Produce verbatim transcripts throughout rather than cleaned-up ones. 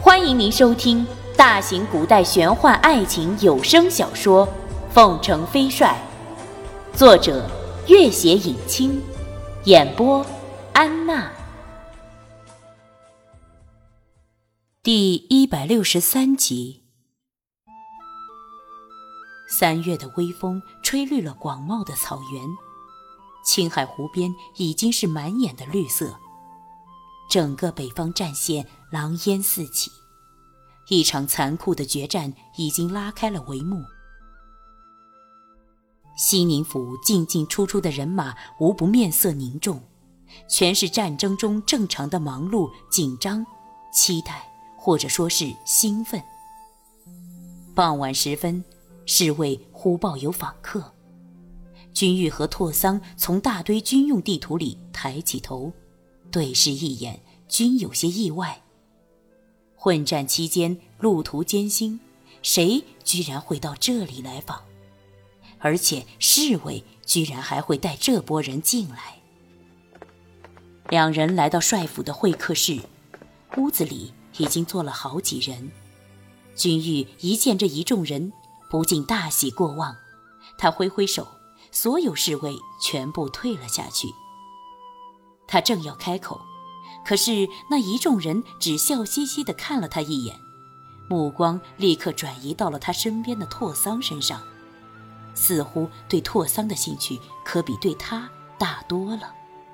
欢迎您收听大型古代玄幻爱情有声小说《凤城飞帅》，作者月写影清，演播安娜。第一百六十三集。三月的微风吹绿了广袤的草原，青海湖边已经是满眼的绿色，整个北方战线狼烟四起，一场残酷的决战已经拉开了帷幕。西宁府进进出出的人马无不面色凝重，全是战争中正常的忙碌、紧张、期待，或者说是兴奋。傍晚时分，侍卫忽报有访客。君玉和拓桑从大堆军用地图里抬起头，对视一眼，均有些意外。混战期间路途艰辛，谁居然会到这里来访？而且侍卫居然还会带这波人进来。两人来到帅府的会客室，屋子里已经坐了好几人。君玉一见这一众人，不禁大喜过望，他挥挥手，所有侍卫全部退了下去。他正要开口，可是那一众人只笑嘻嘻地看了他一眼，目光立刻转移到了他身边的拓桑身上，似乎对拓桑的兴趣可比对他大多了。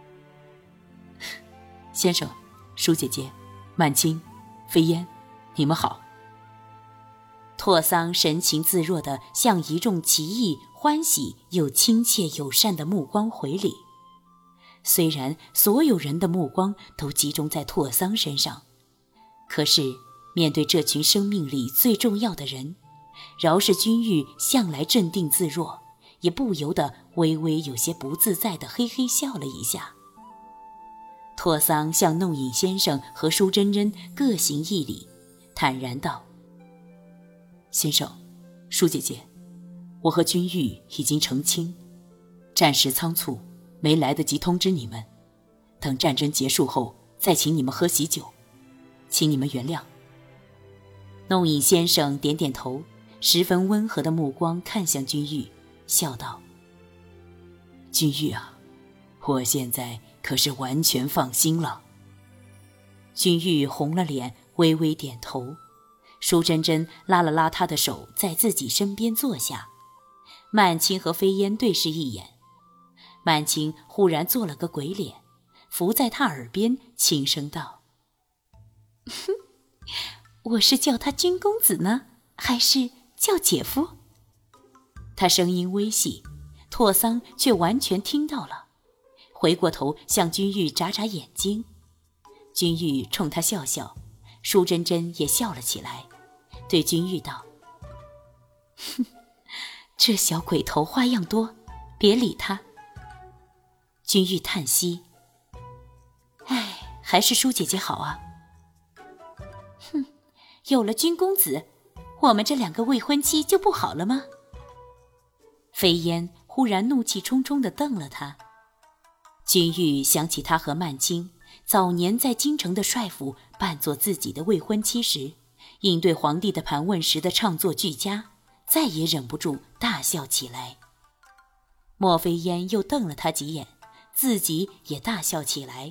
先生、舒姐姐、曼青、飞烟，你们好。 拓桑神情自若地向一众奇异、欢喜又亲切友善的目光回礼。虽然所有人的目光都集中在拓桑身上，可是面对这群生命里最重要的人，饶是君玉向来镇定自若，也不由得微微有些不自在地嘿嘿笑了一下。拓桑向弄影先生和舒珍珍各行一礼，坦然道： 先生、舒姐姐，我和君玉已经成亲，战时仓促，没来得及通知你们，等战争结束后再请你们喝喜酒，请你们原谅。 弄影先生点点头，十分温和的目光看向君玉，笑道： 君玉啊，我现在可是完全放心了。 君玉红了脸，微微点头。舒珍珍拉了拉他的手，在自己身边坐下。曼青和飞烟对视一眼，曼青忽然做了个鬼脸，伏在他耳边轻声道：哼，我是叫他君公子呢，还是叫姐夫？他声音微细，拓桑却完全听到了，回过头向君玉眨眨眼睛。君玉冲他笑笑，舒珍珍也笑了起来，对君玉道：哼，这小鬼头花样多，别理他。君玉叹息：唉，还是舒姐姐好啊。哼，有了君公子，我们这两个未婚妻就不好了吗？飞烟忽然怒气冲冲地瞪了他。君玉想起他和曼青早年在京城的帅府扮作自己的未婚妻时，应对皇帝的盘问时的唱作俱佳，再也忍不住大笑起来。莫非烟又瞪了他几眼，自己也大笑起来。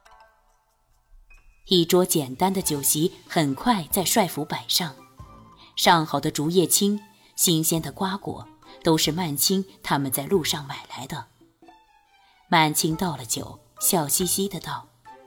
一桌简单的酒席很快在帅府摆上，上好的竹叶青、新鲜的瓜果，都是曼青他们在路上买来的。曼青倒了酒，笑嘻嘻地道：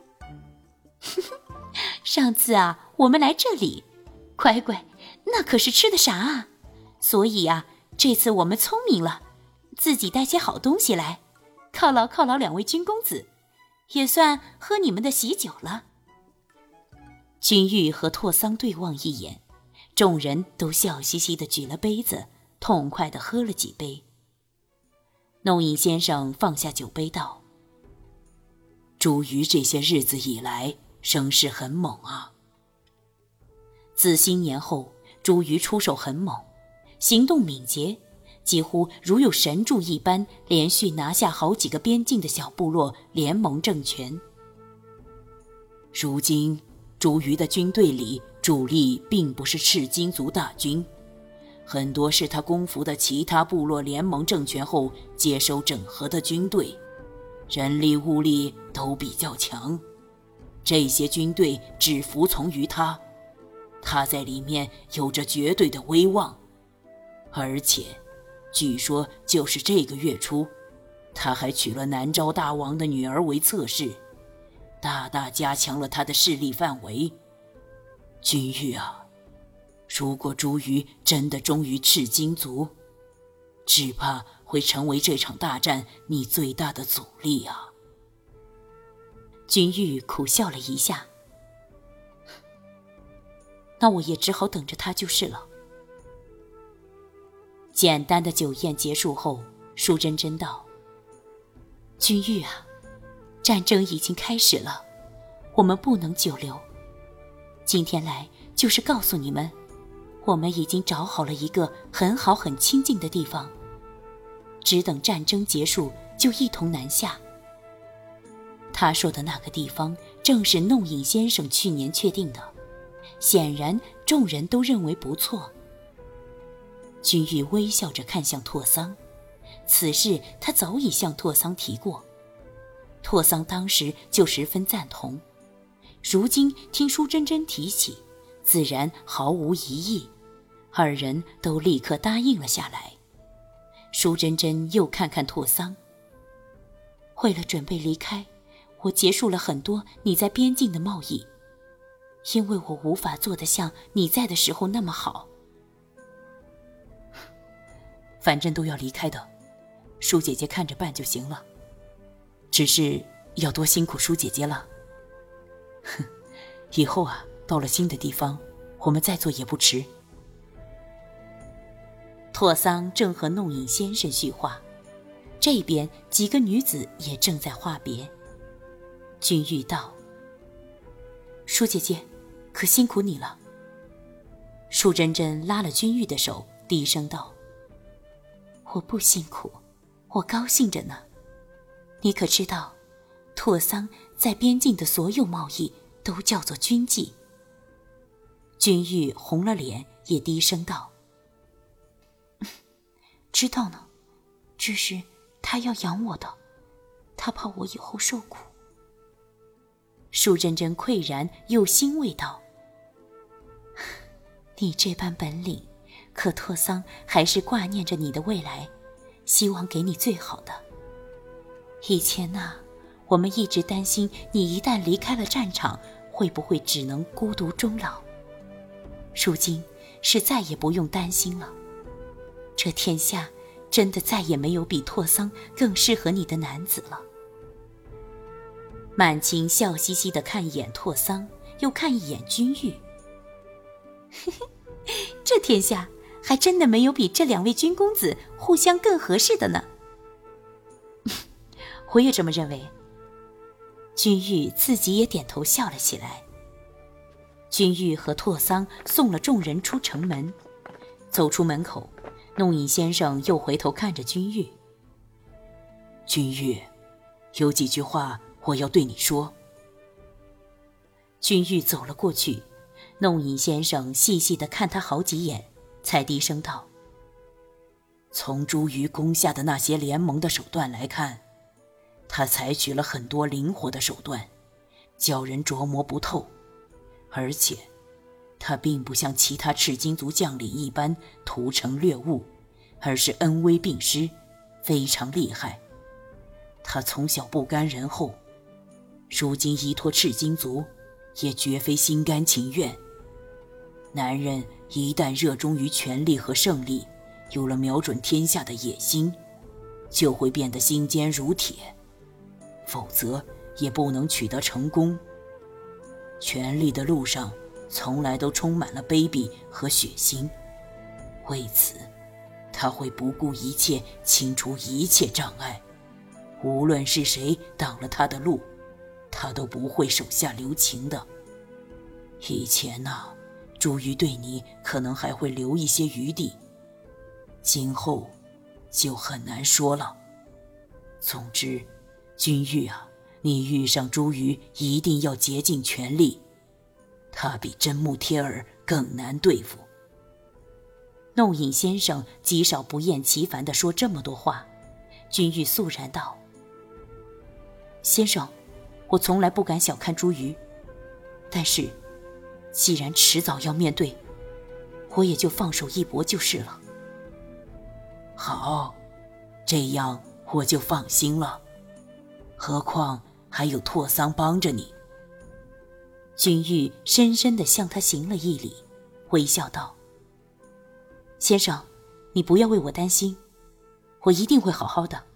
上次啊，我们来这里，乖乖，那可是吃的啥啊？所以啊，这次我们聪明了，自己带些好东西来，犒劳犒劳两位君公子，也算喝你们的喜酒了。君玉和拓桑对望一眼，众人都笑嘻嘻地举了杯子，痛快地喝了几杯。弄影先生放下酒杯道： 朱瑜这些日子以来声势很猛啊。 自新年后，朱瑜出手很猛，行动敏捷，几乎如有神助一般，连续拿下好几个边境的小部落，联盟政权。 如今朱瑜的军队里主力并不是赤金族大军，很多是他攻服的其他部落联盟政权后接收整合的军队，人力物力都比较强。这些军队只服从于他，他在里面有着绝对的威望。而且据说就是这个月初，他还娶了南诏大王的女儿为侧室，大大加强了他的势力范围。君玉啊，如果朱瑜真的忠于赤金族，只怕会成为这场大战你最大的阻力啊。 君玉苦笑了一下，那我也只好等着他就是了。简单的酒宴结束后，舒珍珍道：君玉啊，战争已经开始了，我们不能久留。今天来就是告诉你们，我们已经找好了一个很好很清静的地方，只等战争结束就一同南下。他说的那个地方正是弄影先生去年确定的，显然众人都认为不错。君玉微笑着看向拓桑，此事他早已向拓桑提过，拓桑当时就十分赞同，如今听舒珍珍提起，自然毫无疑义，二人都立刻答应了下来。舒珍珍又看看拓桑，为了准备离开，我结束了很多你在边境的贸易，因为我无法做得像你在的时候那么好。 反正都要离开的，舒姐姐看着办就行了，只是要多辛苦舒姐姐了。哼，以后啊，到了新的地方，我们再做也不迟。 拓桑正和弄影先生叙话，这边几个女子也正在话别。君玉道：舒姐姐，可辛苦你了。舒珍珍拉了君玉的手，低声道：我不辛苦，我高兴着呢。你可知道，拓桑在边境的所有贸易都叫做军纪。君玉红了脸，也低声道：知道呢，只是他要养我的，他怕我以后受苦。舒珍珍喟然又欣慰道：你这般本领，可拓桑还是挂念着你的未来，希望给你最好的。以前呐，我们一直担心你一旦离开了战场，会不会只能孤独终老。如今是再也不用担心了，这天下真的再也没有比拓桑更适合你的男子了。满清笑嘻嘻地看一眼拓桑，又看一眼君玉。这天下还真的没有比这两位君公子互相更合适的呢。我也这么认为。君玉自己也点头笑了起来。君玉和拓桑送了众人出城门，走出门口，弄影先生又回头看着君玉。 君玉，有几句话我要对你说。 君玉走了过去，弄影先生细细地看他好几眼，才低声道： 从朱瑜攻下的那些联盟的手段来看，他采取了很多灵活的手段，叫人琢磨不透。而且他并不像其他赤金族将领一般屠城掠物，而是恩威并施，非常厉害。他从小不甘人后，如今依托赤金族，也绝非心甘情愿。男人一旦热衷于权力和胜利，有了瞄准天下的野心，就会变得心坚如铁，否则也不能取得成功。权力的路上从来都充满了卑鄙和血腥，为此他会不顾一切清除一切障碍，无论是谁挡了他的路，他都不会手下留情的。以前啊，朱瑜对你可能还会留一些余地，今后就很难说了。总之，君玉啊，你遇上朱瑜一定要竭尽全力， 他比真木贴儿更难对付。 弄影先生极少不厌其烦地说这么多话。君玉肃然道：先生，我从来不敢小看茱萸，但是既然迟早要面对，我也就放手一搏就是了。 好，这样我就放心了，何况还有拓桑帮着你。 君玉深深地向他行了一礼，微笑道：先生，你不要为我担心，我一定会好好的。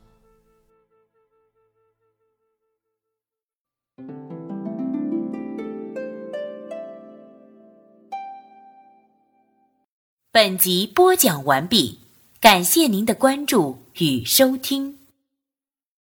本集播讲完毕，感谢您的关注与收听。